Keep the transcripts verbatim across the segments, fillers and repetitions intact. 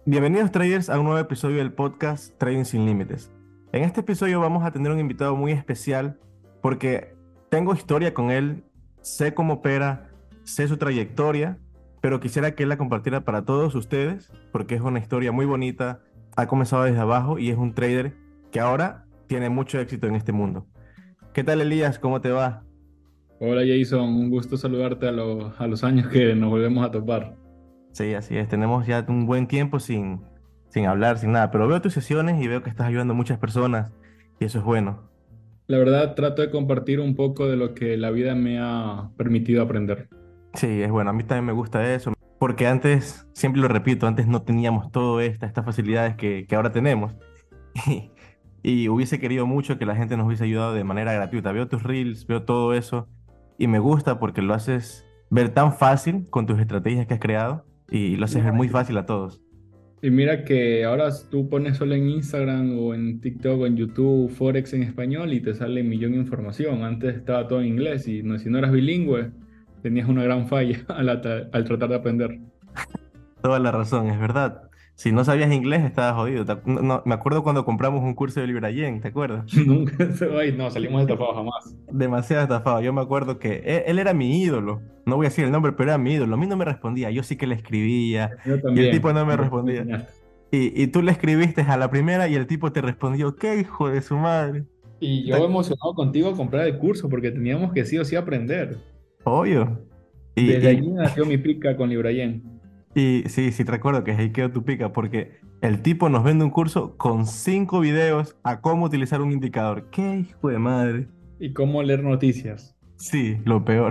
Bienvenidos traders a un nuevo episodio del podcast Trading sin Límites. En este episodio vamos a tener un invitado muy especial porque tengo historia con él, sé cómo opera, sé su trayectoria, pero quisiera que él la compartiera para todos ustedes porque es una historia muy bonita, ha comenzado desde abajo y es un trader que ahora tiene mucho éxito en este mundo. ¿Qué tal, Elías? ¿Cómo te va? Hola Jason, un gusto saludarte a, los a los años que nos volvemos a topar. Sí, así es, tenemos ya un buen tiempo sin, sin hablar, sin nada, pero veo tus sesiones y veo que estás ayudando a muchas personas y eso es bueno. La verdad, trato de compartir un poco de lo que la vida me ha permitido aprender. Sí, es bueno, a mí también me gusta eso, porque antes, siempre lo repito, antes no teníamos todo esta, estas facilidades que, que ahora tenemos. Y, y hubiese querido mucho que la gente nos hubiese ayudado de manera gratuita. Veo tus reels, veo todo eso y me gusta porque lo haces ver tan fácil con tus estrategias que has creado y lo haces No, ver muy fácil a todos. y mira que ahora tú pones solo en Instagram o en TikTok o en YouTube Forex en español y te sale un millón de información. Antes estaba todo en inglés y no, si no eras bilingüe tenías una gran falla al, ata- al tratar de aprender. Toda la razón, es verdad. Si no sabías inglés, estabas jodido. Te ac- no- no, me acuerdo cuando compramos un curso de Librayen, ¿te acuerdas? Nunca, ay, no, salimos estafados jamás. Demasiado estafado. Yo me acuerdo que él, él era mi ídolo. No voy a decir el nombre, pero era mi ídolo. A mí no me respondía. Yo sí que le escribía Yo y el también, tipo no me porque tú me respondía. enseñaste. Y, y tú le escribiste a la primera y el tipo te respondió, ¿qué hijo de su madre? Y yo Ta- emocionado contigo a comprar el curso porque teníamos que sí o sí aprender. Obvio. Y, Desde allí y, nació mi pica con Librayen. y sí, sí, te recuerdo que ahí quedó tu pica, porque el tipo nos vende un curso con cinco videos a cómo utilizar un indicador. ¿Qué hijo de madre? Y cómo leer noticias. Sí, lo peor.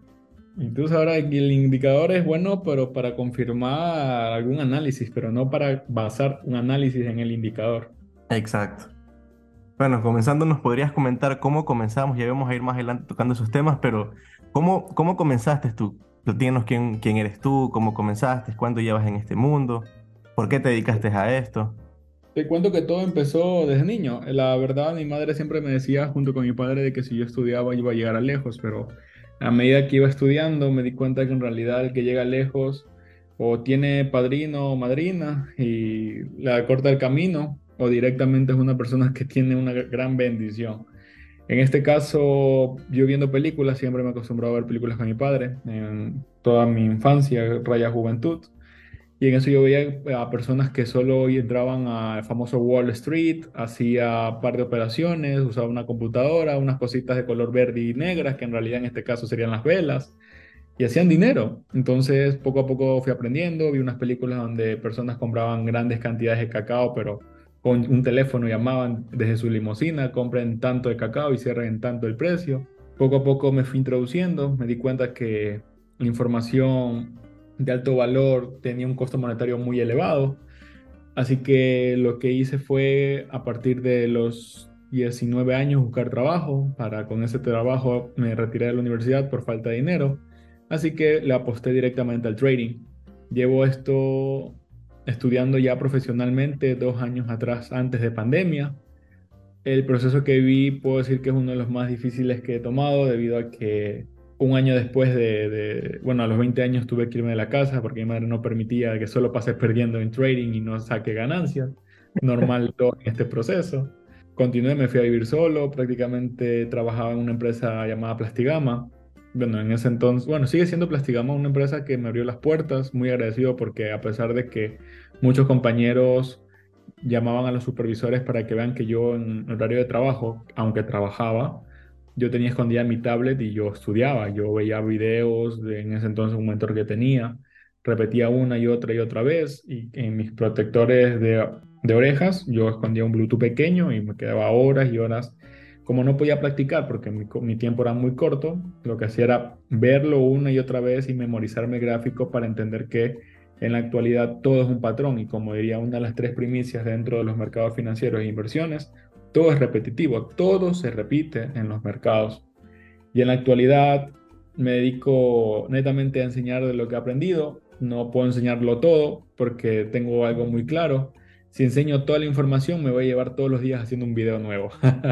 Y tú sabrás que el indicador es bueno, pero para confirmar algún análisis, pero no para basar un análisis en el indicador. Exacto. Bueno, comenzando, nos podrías comentar cómo comenzamos, ya vamos a ir más adelante tocando esos temas, pero ¿cómo, cómo comenzaste tú? Platícanos quién, quién eres tú, cómo comenzaste, cuánto llevas en este mundo, por qué te dedicaste a esto. Te cuento que todo empezó desde niño. La verdad, mi madre siempre me decía, junto con mi padre, de que si yo estudiaba iba a llegar a lejos, pero a medida que iba estudiando me di cuenta que en realidad el que llega lejos o tiene padrino o madrina y la corta el camino, o directamente es una persona que tiene una gran bendición. En este caso, yo viendo películas, siempre me acostumbraba a ver películas con mi padre, en toda mi infancia, raya juventud. Y en eso yo veía a personas que solo entraban al famoso Wall Street, hacía par de operaciones, usaba una computadora, unas cositas de color verde y negras, que en realidad en este caso serían las velas, y hacían dinero. Entonces, poco a poco fui aprendiendo, vi unas películas donde personas compraban grandes cantidades de cacao, pero con un teléfono llamaban desde su limusina, compren tanto de cacao y cierren tanto el precio. Poco a poco me fui introduciendo, me di cuenta que la información de alto valor tenía un costo monetario muy elevado. Así que lo que hice fue a partir de los diecinueve años buscar trabajo. Para con ese trabajo me retiré de la universidad por falta de dinero. Así que le aposté directamente al trading. Llevo esto estudiando ya profesionalmente dos años atrás, antes de pandemia. El proceso que vi puedo decir que es uno de los más difíciles que he tomado debido a que un año después de, de- bueno, a los veinte años tuve que irme de la casa porque mi madre no permitía que solo pase perdiendo en trading y no saque ganancias. Normal todo en este proceso. Continué, me fui a vivir solo, prácticamente trabajaba en una empresa llamada Plastigama. Bueno, en ese entonces, bueno, sigue siendo Plastigama una empresa que me abrió las puertas, muy agradecido porque a pesar de que muchos compañeros llamaban a los supervisores para que vean que yo en horario de trabajo, aunque trabajaba, yo tenía escondida mi tablet y yo estudiaba. Yo veía videos de en ese entonces un mentor que tenía, repetía una y otra y otra vez y en mis protectores de, de orejas yo escondía un Bluetooth pequeño y me quedaba horas y horas. Como no podía practicar porque mi, co- mi tiempo era muy corto, lo que hacía era verlo una y otra vez y memorizarme el gráfico para entender que en la actualidad todo es un patrón y como diría una de las tres primicias dentro de los mercados financieros e inversiones, todo es repetitivo, todo se repite en los mercados. Y en la actualidad me dedico netamente a enseñar de lo que he aprendido. No puedo enseñarlo todo porque tengo algo muy claro. Si enseño toda la información, me voy a llevar todos los días haciendo un video nuevo.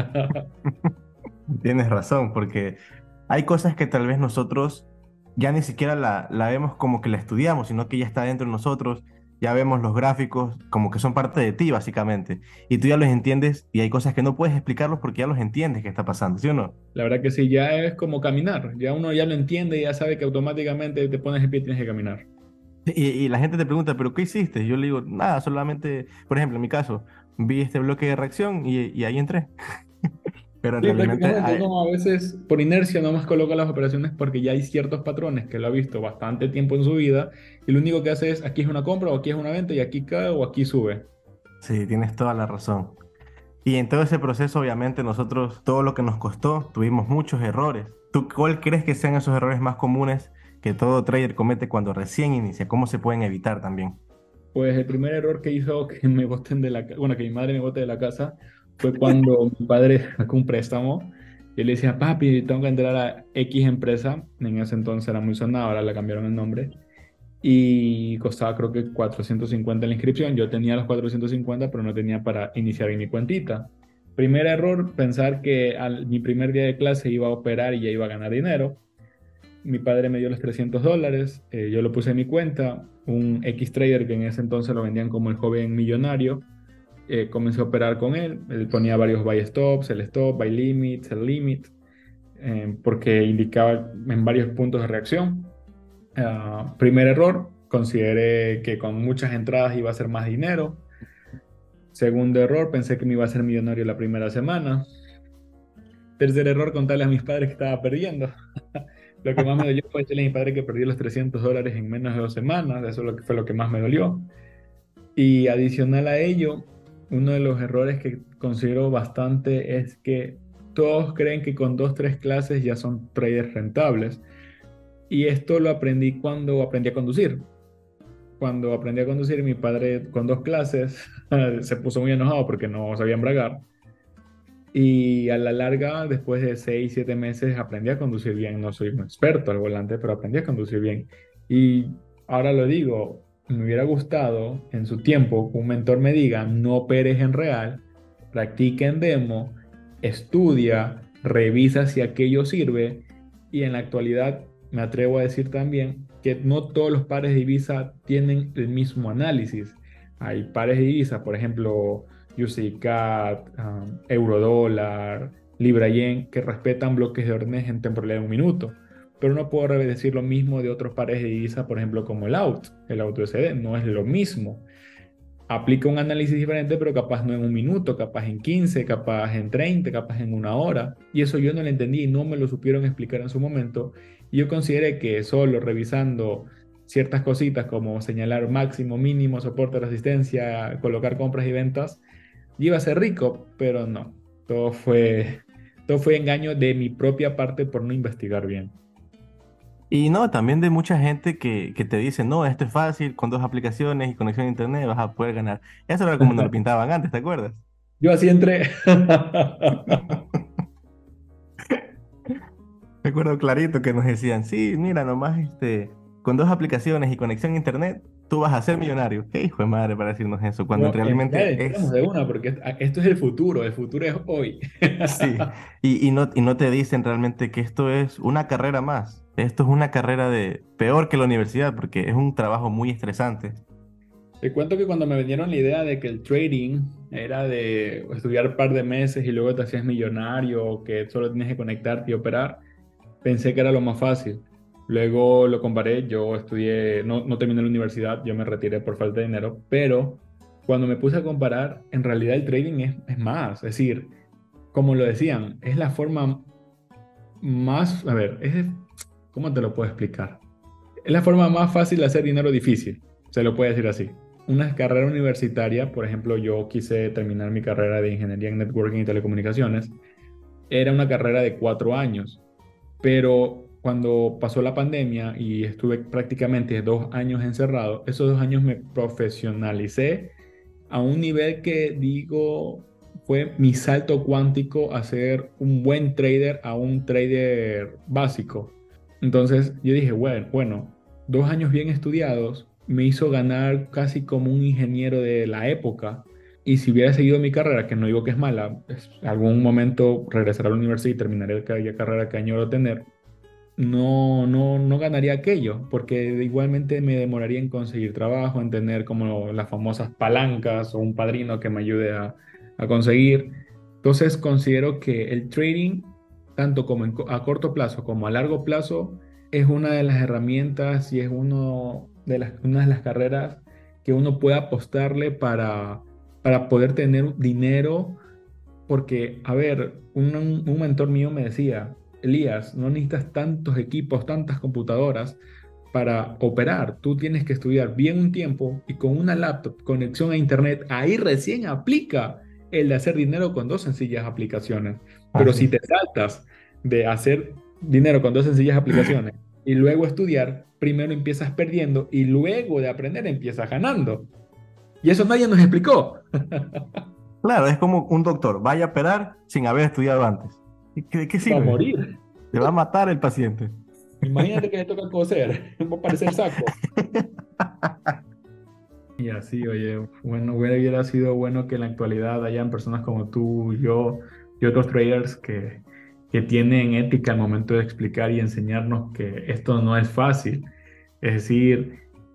Tienes razón, porque hay cosas que tal vez nosotros ya ni siquiera la, la vemos como que la estudiamos, sino que ya está dentro de nosotros. ya vemos los gráficos como que son parte de ti, básicamente. Y tú ya los entiendes y hay cosas que no puedes explicarlos porque ya los entiendes que está pasando, ¿sí o no? La verdad que sí, ya es como caminar. Ya uno ya lo entiende y ya sabe que automáticamente te pones el pie y tienes que caminar. Y, y la gente te pregunta, ¿pero qué hiciste? Yo le digo, nada, solamente, por ejemplo, en mi caso, vi este bloque de reacción y, y ahí entré. Pero Sí, realmente, prácticamente hay- uno a veces por inercia nomás coloca las operaciones porque ya hay ciertos patrones que lo ha visto bastante tiempo en su vida y lo único que hace es aquí es una compra o aquí es una venta y aquí cae o aquí sube. sí, tienes toda la razón. Y en todo ese proceso, obviamente, nosotros, todo lo que nos costó, tuvimos muchos errores. ¿Tú cuál crees que sean esos errores más comunes que todo trader comete cuando recién inicia? ¿Cómo se pueden evitar también? Pues el primer error que hizo que me boten de la ca- bueno, que mi madre me bote de la casa fue cuando mi padre sacó un préstamo y le decía, papi, tengo que entrar a X empresa. En ese entonces era muy sonada, ahora le cambiaron el nombre. Y costaba creo que cuatrocientos cincuenta la inscripción. Yo tenía los cuatrocientos cincuenta pero no tenía para iniciar en mi cuentita. Primer error, pensar que al mi primer día de clase iba a operar y ya iba a ganar dinero. Mi padre me dio los trescientos dólares, eh, yo lo puse en mi cuenta, un X trader que en ese entonces lo vendían como el joven millonario, eh, comencé a operar con él, él ponía varios buy stops, el stop, buy limits, el limit, eh, porque indicaba en varios puntos de reacción. Ah, primer error, consideré que con muchas entradas iba a ser más dinero. Segundo error, pensé que me iba a ser millonario la primera semana. Tercer error, contarle a mis padres que estaba perdiendo. Lo que más me dolió fue decirle a mi padre que perdí los trescientos dólares en menos de dos semanas. Eso es lo que fue lo que más me dolió. Y adicional a ello, uno de los errores que considero bastante es que todos creen que con dos, tres clases ya son traders rentables. Y esto lo aprendí cuando aprendí a conducir. Cuando aprendí a conducir, mi padre con dos clases se puso muy enojado porque no sabía embragar. Y a la larga, después de seis, siete meses, aprendí a conducir bien. No soy un experto al volante, pero aprendí a conducir bien. Y ahora lo digo, me hubiera gustado en su tiempo que un mentor me diga, no operes en real, practica en demo, estudia, revisa si aquello sirve. Y en la actualidad me atrevo a decir también que no todos los pares de divisa tienen el mismo análisis. Hay pares de divisa, por ejemplo, U S D C A D, um, Eurodólar, Libra Yen, que respetan bloques de órdenes en temporalidad de un minuto. Pero no puedo decir lo mismo de otros pares de divisa, por ejemplo, como el A U T, el A U T U S D, no es lo mismo. Aplica un análisis diferente, pero capaz no en un minuto, capaz en quince, capaz en treinta, capaz en una hora. Y eso yo no lo entendí y no me lo supieron explicar en su momento. Y yo consideré que solo revisando ciertas cositas como señalar máximo, mínimo, soporte, resistencia, colocar compras y ventas, iba a ser rico, pero no. Todo fue, todo fue engaño de mi propia parte por no investigar bien. Y no, también de mucha gente que, que te dice, no, esto es fácil, con dos aplicaciones y conexión a internet vas a poder ganar. Eso era como nos lo pintaban antes, ¿te acuerdas? Yo así entré. Recuerdo clarito que nos decían, sí, mira, nomás este, con dos aplicaciones y conexión a internet, tú vas a ser millonario. Qué hijo de madre para decirnos eso, cuando No, eh, dale, realmente entremos es, de una, porque esto es el futuro, el futuro es hoy. sí, y, y no, y no te dicen realmente que esto es una carrera más. Esto es una carrera de peor que la universidad, porque es un trabajo muy estresante. Te cuento que cuando me vendieron la idea de que el trading era de estudiar un par de meses y luego te hacías millonario, o que solo tienes que conectarte y operar, pensé que era lo más fácil. Luego lo comparé, yo estudié, no, no terminé la universidad, yo me retiré por falta de dinero, pero cuando me puse a comparar, en realidad el trading es, es más, es decir, como lo decían, es la forma más, a ver, es, ¿cómo te lo puedo explicar? Es la forma más fácil de hacer dinero difícil, se lo puede decir así. Una carrera universitaria, por ejemplo, yo quise terminar mi carrera de ingeniería en networking y telecomunicaciones, era una carrera de cuatro años, pero cuando pasó la pandemia y estuve prácticamente dos años encerrado, esos dos años me profesionalicé a un nivel que digo fue mi salto cuántico a ser un buen trader a un trader básico. Entonces yo dije, bueno, bueno, dos años bien estudiados me hizo ganar casi como un ingeniero de la época. Y si hubiera seguido mi carrera, que no digo que es mala, es- algún momento regresaré a la universidad y terminaré aquella carrera que añoro tener, no, no, no ganaría aquello, porque igualmente me demoraría en conseguir trabajo, en tener como las famosas palancas o un padrino que me ayude a, a conseguir. Entonces considero que el trading, tanto como en co- a corto plazo como a largo plazo, es una de las herramientas y es uno de las, una de las carreras que uno puede apostarle para, para poder tener dinero porque, a ver, un, un mentor mío me decía, Elías, no necesitas tantos equipos, tantas computadoras para operar. Tú tienes que estudiar bien un tiempo y con una laptop, conexión a internet, ahí recién aplica el de hacer dinero con dos sencillas aplicaciones. Pero Así si es. te saltas de hacer dinero con dos sencillas aplicaciones y luego estudiar, primero empiezas perdiendo y luego de aprender empiezas ganando. Y eso nadie nos explicó. Claro, es como un doctor, vaya a operar sin haber estudiado antes. ¿Y qué- ¿De qué Va a sirve? morir. Te va a matar el paciente. Imagínate que le toca coser, va a parecer saco. Y así, oye, bueno, hubiera, hubiera sido bueno que en la actualidad hayan personas como tú, yo y otros traders que, que tienen ética al momento de explicar y enseñarnos que esto no es fácil. Es decir,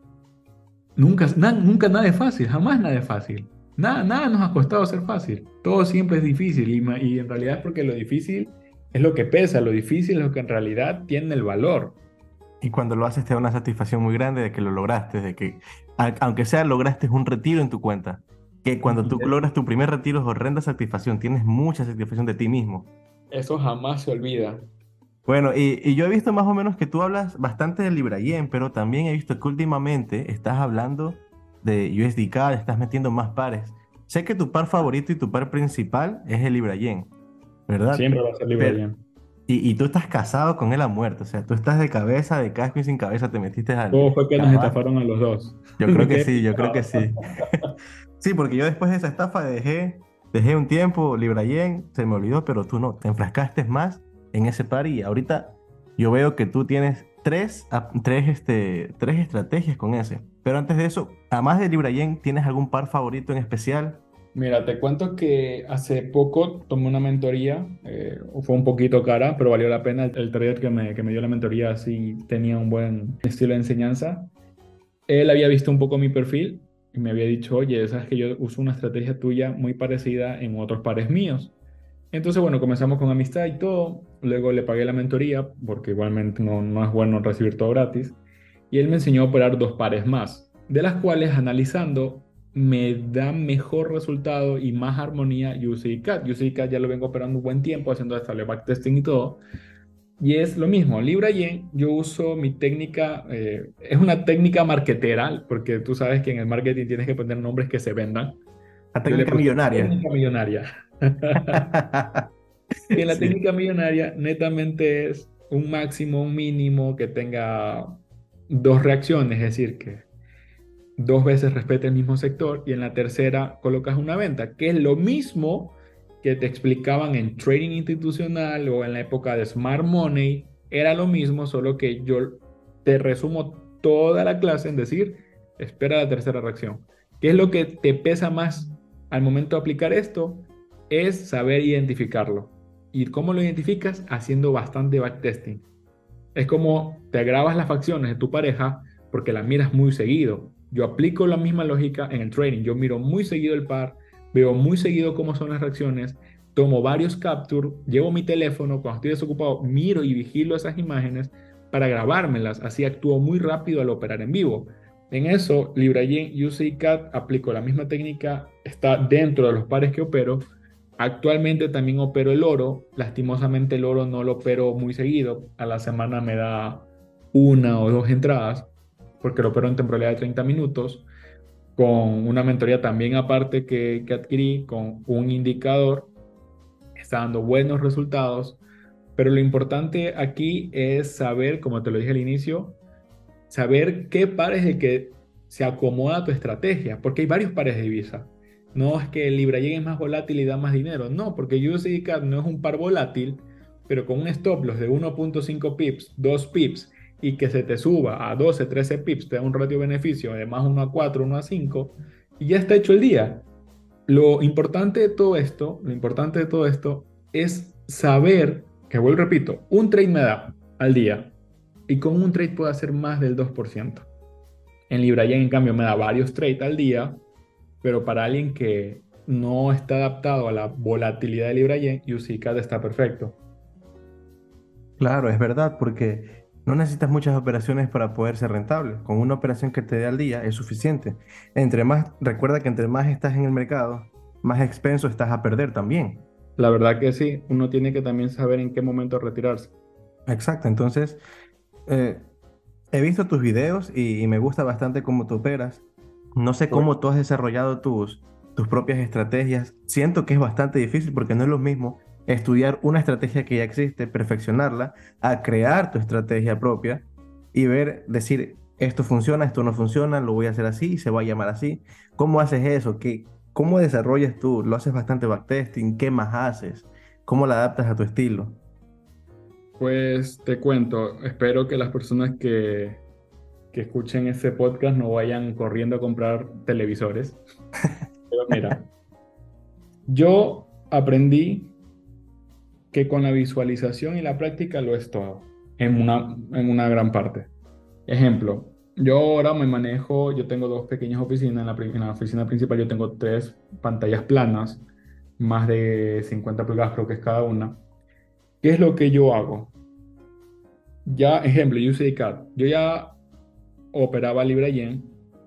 nunca, na- nunca nada es fácil, jamás nada es fácil. Nada, nada nos ha costado ser fácil. Todo siempre es difícil y, ma- y en realidad es porque lo difícil es lo que pesa, lo difícil es lo que en realidad tiene el valor. Y cuando lo haces te da una satisfacción muy grande de que lo lograste, de que, a- aunque sea, lograste un retiro en tu cuenta. Que cuando Y tú logras tu primer retiro es horrenda satisfacción, tienes mucha satisfacción de ti mismo. eso jamás se olvida. Bueno, y, y yo he visto más o menos que tú hablas bastante de Librayen, pero también he visto que últimamente estás hablando de U S D C A D, estás metiendo más pares. Sé que tu par favorito y tu par principal es el Librayen, ¿verdad? Siempre va a ser libre Pero, bien. y, y tú estás casado con él a muerte, o sea, tú estás de cabeza, de casco y sin cabeza, te metiste al ¿Cómo fue que nos caballo. estafaron a los dos? Yo creo Me que quedé sí, yo creo que picado. sí. Sí, porque yo después de esa estafa dejé, dejé un tiempo Librayen, se me olvidó, pero tú no, te enfrascaste más en ese par y ahorita yo veo que tú tienes tres, ap- tres, este, tres estrategias con ese. Pero antes de eso, además de Librayen, ¿tienes algún par favorito en especial? Mira, te cuento que hace poco tomé una mentoría, eh, fue un poquito cara, pero valió la pena. El, el trader que me, que me dio la mentoría sí tenía un buen estilo de enseñanza. Él había visto un poco mi perfil y me había dicho, oye, sabes que yo uso una estrategia tuya muy parecida en otros pares míos. Entonces, bueno, comenzamos con amistad y todo. Luego le pagué la mentoría, porque igualmente no, no es bueno recibir todo gratis. Y él me enseñó a operar dos pares más, de las cuales analizando me da mejor resultado y más armonía U C I C A D. U C I C A D ya lo vengo operando un buen tiempo, haciendo hasta el backtesting y todo. Y es lo mismo, Libra Yen, yo uso mi técnica, eh, es una técnica marketera, porque tú sabes que en el marketing tienes que poner nombres que se vendan. La Yo le técnica puse millonaria. técnica millonaria. Y en la Sí. técnica millonaria netamente es un máximo, un mínimo que tenga dos reacciones, es decir, que dos veces respete el mismo sector y en la tercera colocas una venta, que es lo mismo que te explicaban en trading institucional o en la época de Smart Money, era lo mismo, solo que yo te resumo toda la clase en decir, espera la tercera reacción. ¿Qué es lo que te pesa más al momento de aplicar esto? Es saber identificarlo. ¿Y cómo lo identificas? Haciendo bastante backtesting. Es como te grabas las facciones de tu pareja porque las miras muy seguido. Yo aplico la misma lógica en el trading. Yo miro muy seguido el par, veo muy seguido cómo son las reacciones, tomo varios capture, llevo mi teléfono, cuando estoy desocupado, miro y vigilo esas imágenes para grabármelas. Así actúo muy rápido al operar en vivo. En eso, LibraGen U C I C A D aplico la misma técnica, está dentro de los pares que opero. Actualmente también opero el oro. Lastimosamente el oro no lo opero muy seguido. A la semana me da una o dos entradas porque lo opero en temporalidad de treinta minutos con una mentoría también aparte que, que adquirí con un indicador. Está dando buenos resultados. Pero lo importante aquí es saber, como te lo dije al inicio, saber qué par es el que se acomoda a tu estrategia, porque hay varios pares de divisa. No es que el Libra llegue más volátil y da más dinero, no, porque U S D C A D no es un par volátil, pero con un stop loss de uno punto cinco pips, dos pips, y que se te suba a doce, trece pips, te da un ratio beneficio de más uno a cuatro, uno a cinco, y ya está hecho el día. Lo importante de todo esto, lo importante de todo esto es saber, que vuelvo y repito, un trade me da. al día. Y con un trade puedo hacer más del dos por ciento. En LibraYen, en cambio, me da varios trades al día, pero para alguien que no está adaptado a la volatilidad de LibraYen, U C C A D está perfecto. Claro, es verdad, porque no necesitas muchas operaciones para poder ser rentable. Con una operación que te dé al día es suficiente. Entre más, recuerda que entre más estás en el mercado, más expenso estás a perder también. La verdad que sí, uno tiene que también saber en qué momento retirarse. Exacto, entonces eh, he visto tus videos y, y me gusta bastante cómo tú operas. No sé Pues, cómo tú has desarrollado tus, tus propias estrategias. Siento que es bastante difícil porque no es lo mismo estudiar una estrategia que ya existe, perfeccionarla, a crear tu estrategia propia y ver, decir, esto funciona, esto no funciona, lo voy a hacer así, se va a llamar así. ¿Cómo haces eso? ¿Qué, cómo desarrollas tú? ¿Lo haces bastante backtesting? ¿Qué más haces? ¿Cómo la adaptas a tu estilo? pues te cuento, espero que las personas que, que escuchen este podcast no vayan corriendo a comprar televisores. Pero mira, yo aprendí que con la visualización y la práctica lo es todo, en una, en una gran parte. Ejemplo, yo ahora me manejo, yo tengo dos pequeñas oficinas, en la, pri- en la oficina principal yo tengo tres pantallas planas, más de cincuenta pulgadas creo que es cada una. ¿Qué es lo que yo hago? Ya, ejemplo, U C C A D, yo ya operaba LibraYen,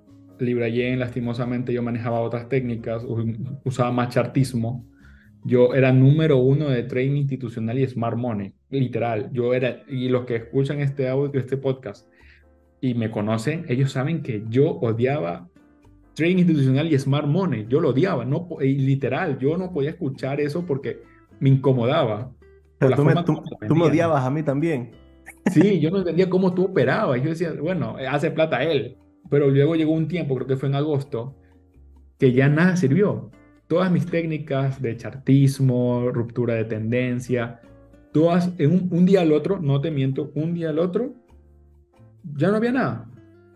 LibraYen lastimosamente yo manejaba otras técnicas, u- usaba más chartismo. Yo era número uno de trading institucional y smart money, literal. Yo era, y los que escuchan este audio, este podcast y me conocen, ellos saben que yo odiaba trading institucional y smart money. Yo lo odiaba, no, po- y literal, yo no podía escuchar eso porque me incomodaba por Pero la tú me, forma como tú, lo tú me vendían. odiabas a mí también. Sí, yo no entendía cómo tú operabas. Yo decía, bueno, hace plata él. Pero luego llegó un tiempo, creo que fue en agosto, que ya nada sirvió. Todas mis técnicas de chartismo, ruptura de tendencia, todas en un, un día al otro, no te miento, un día al otro, ya no había nada.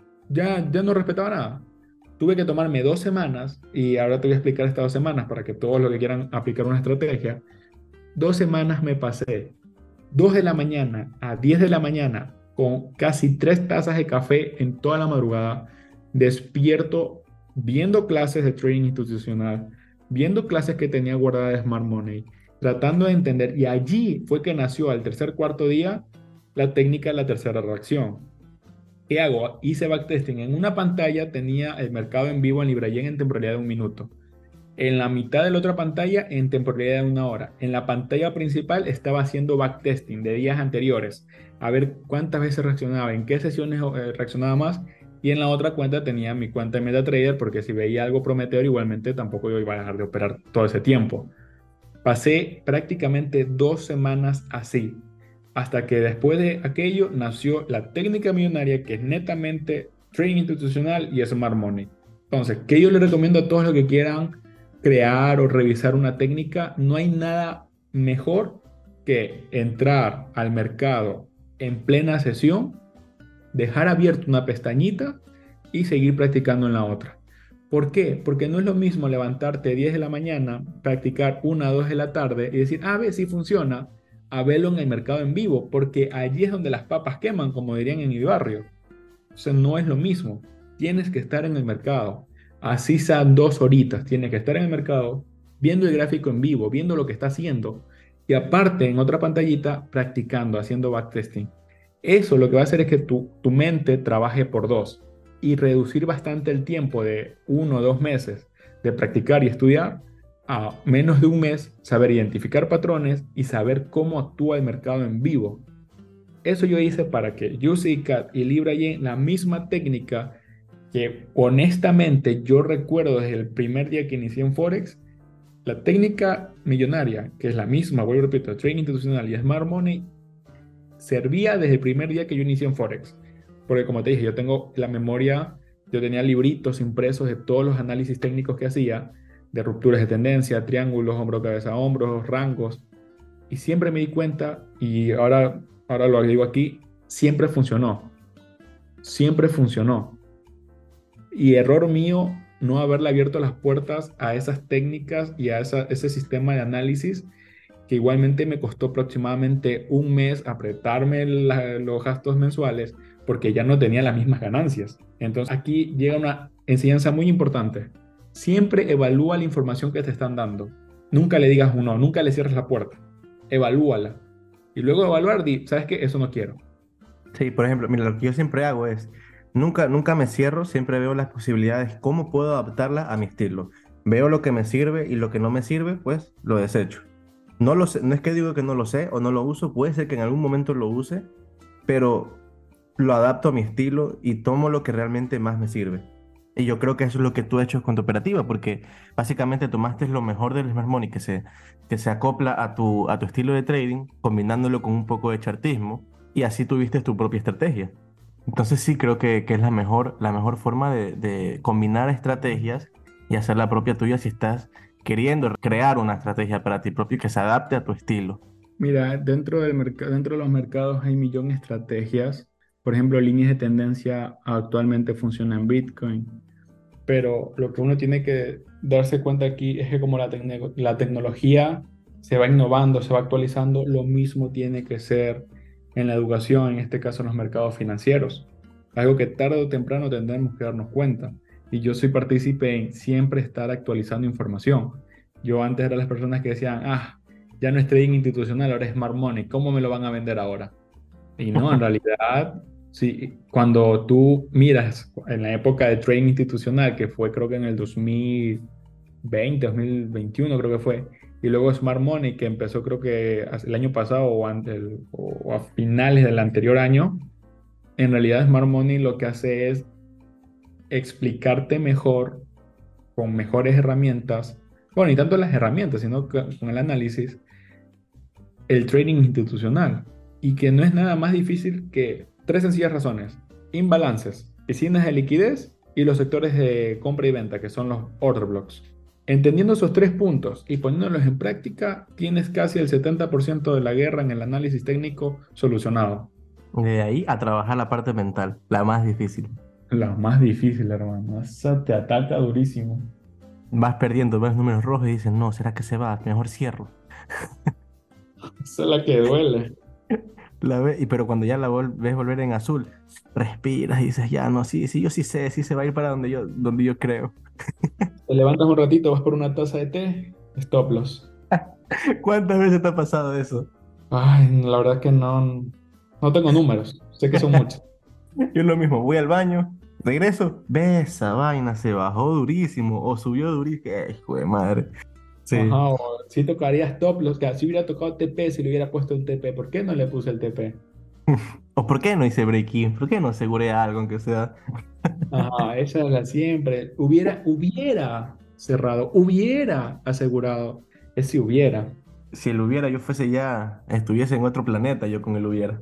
Ya, ya no respetaba nada. Tuve que tomarme dos semanas, y ahora te voy a explicar estas dos semanas para que todos los que quieran aplicar una estrategia, dos semanas me pasé dos de la mañana a diez de la mañana con casi tres tazas de café en toda la madrugada, despierto, viendo clases de trading institucional, viendo clases que tenía guardadas de Smart Money, tratando de entender, y allí fue que nació al tercer cuarto día la técnica de la tercera reacción. ¿Qué hago? Hice backtesting. En una pantalla tenía el mercado en vivo en LibraYen en temporalidad de un minuto. En la mitad de la otra pantalla, en temporalidad de una hora. En la pantalla principal estaba haciendo backtesting de días anteriores, a ver cuántas veces reaccionaba, en qué sesiones eh, reaccionaba más. Y en la otra cuenta tenía mi cuenta de MetaTrader, porque si veía algo prometedor, igualmente tampoco yo iba a dejar de operar todo ese tiempo. Pasé prácticamente dos semanas así, hasta que después de aquello nació la técnica millonaria, que es netamente trading institucional y smart money. Entonces, ¿qué yo les recomiendo a todos los que quieran crear o revisar una técnica? No hay nada mejor que entrar al mercado en plena sesión, dejar abierta una pestañita y seguir practicando en la otra. ¿Por qué? Porque no es lo mismo levantarte diez de la mañana, practicar una o dos de la tarde y decir, a ver si funciona, a verlo en el mercado en vivo, porque allí es donde las papas queman, como dirían en mi barrio. O sea, no es lo mismo. Tienes que estar en el mercado. Así sean dos horitas, tienes que estar en el mercado, viendo el gráfico en vivo, viendo lo que está haciendo, y aparte en otra pantallita, practicando, haciendo backtesting. Eso lo que va a hacer es que tu, tu mente trabaje por dos y reducir bastante el tiempo de uno o dos meses de practicar y estudiar a menos de un mes, saber identificar patrones y saber cómo actúa el mercado en vivo. Eso yo hice para que U C C A D y LibraYen, la misma técnica que honestamente yo recuerdo desde el primer día que inicié en Forex, la técnica millonaria, que es la misma, voy a repetir, trading institucional y smart money, servía desde el primer día que yo inicié en Forex. Porque como te dije, yo tengo la memoria, yo tenía libritos impresos de todos los análisis técnicos que hacía, de rupturas de tendencia, triángulos, hombro, cabeza, hombros, rangos, y siempre me di cuenta, y ahora, ahora lo digo aquí, siempre funcionó, siempre funcionó. Y error mío no haberle abierto las puertas a esas técnicas y a esa, ese sistema de análisis que igualmente me costó aproximadamente un mes apretarme la- los gastos mensuales porque ya no tenía las mismas ganancias. Entonces aquí llega una enseñanza muy importante. Siempre evalúa la información que te están dando. Nunca le digas un no, nunca le cierres la puerta. Evalúala. Y luego de evaluar, di, ¿sabes qué? Eso no quiero. Sí, por ejemplo, mira, lo que yo siempre hago es, nunca, nunca me cierro, siempre veo las posibilidades, cómo puedo adaptarla a mi estilo. Veo lo que me sirve y lo que no me sirve, pues lo desecho. No lo sé, no es que digo que no lo sé o no lo uso, puede ser que en algún momento lo use, pero lo adapto a mi estilo y tomo lo que realmente más me sirve. Y yo creo que eso es lo que tú has hecho con tu operativa, porque básicamente tomaste lo mejor del Smart Money que se, que se acopla a tu, a tu estilo de trading, combinándolo con un poco de chartismo, y así tuviste tu propia estrategia. Entonces sí creo que, que es la mejor, la mejor forma de, de combinar estrategias y hacer la propia tuya si estás queriendo crear una estrategia para ti propio que se adapte a tu estilo. Mira, dentro del mercado, dentro de los mercados hay millón de estrategias. Por ejemplo, líneas de tendencia actualmente funcionan en Bitcoin. Pero lo que uno tiene que darse cuenta aquí es que como la, tecne- la tecnología se va innovando, se va actualizando, lo mismo tiene que ser en la educación, en este caso en los mercados financieros. Algo que tarde o temprano tendremos que darnos cuenta. Y yo soy partícipe en siempre estar actualizando información. Yo antes era de las personas que decían, ah, ya no es trading institucional, ahora es smart money, ¿cómo me lo van a vender ahora? Y no, en realidad, sí, cuando tú miras en la época de trading institucional, que fue creo que en el dos mil veinte, dos mil veintiuno creo que fue, y luego Smart Money, que empezó creo que el año pasado o, ante el- o a finales del anterior año, en realidad Smart Money lo que hace es explicarte mejor, con mejores herramientas, bueno, y tanto las herramientas, sino que con el análisis el trading institucional y que no es nada más difícil que tres sencillas razones: imbalances, piscinas de liquidez y los sectores de compra y venta, que son los order blocks. Entendiendo esos tres puntos y poniéndolos en práctica, tienes casi el setenta por ciento de la guerra en el análisis técnico solucionado. De ahí a trabajar la parte mental, la más difícil. La más difícil, hermano. Esa te ataca durísimo. Vas perdiendo, ves números rojos y dices, no, ¿será que se va? Mejor cierro. Esa es la que duele. La ve- y pero cuando ya la vol- ves volver en azul, respiras y dices, ya no, sí, sí, yo sí sé, sí se va a ir para donde yo, donde yo creo. Te levantas un ratito, vas por una taza de té, stop loss. ¿Cuántas veces te ha pasado eso? Ay, la verdad que no, no tengo números. Sé que son muchos. Yo lo mismo, voy al baño, regreso, ve esa vaina, se bajó durísimo o subió durísimo. ¡Qué hijo de madre! Sí. Ajá, o si tocaría stop loss, que si hubiera tocado T P, si le hubiera puesto un T P, ¿por qué no le puse el T P? ¿O por qué no hice break-in? ¿Por qué no aseguré algo aunque sea? Ajá, esa es la siempre. Hubiera, hubiera cerrado, hubiera asegurado. Es si hubiera. Si él hubiera, yo fuese ya, estuviese en otro planeta, yo con él hubiera.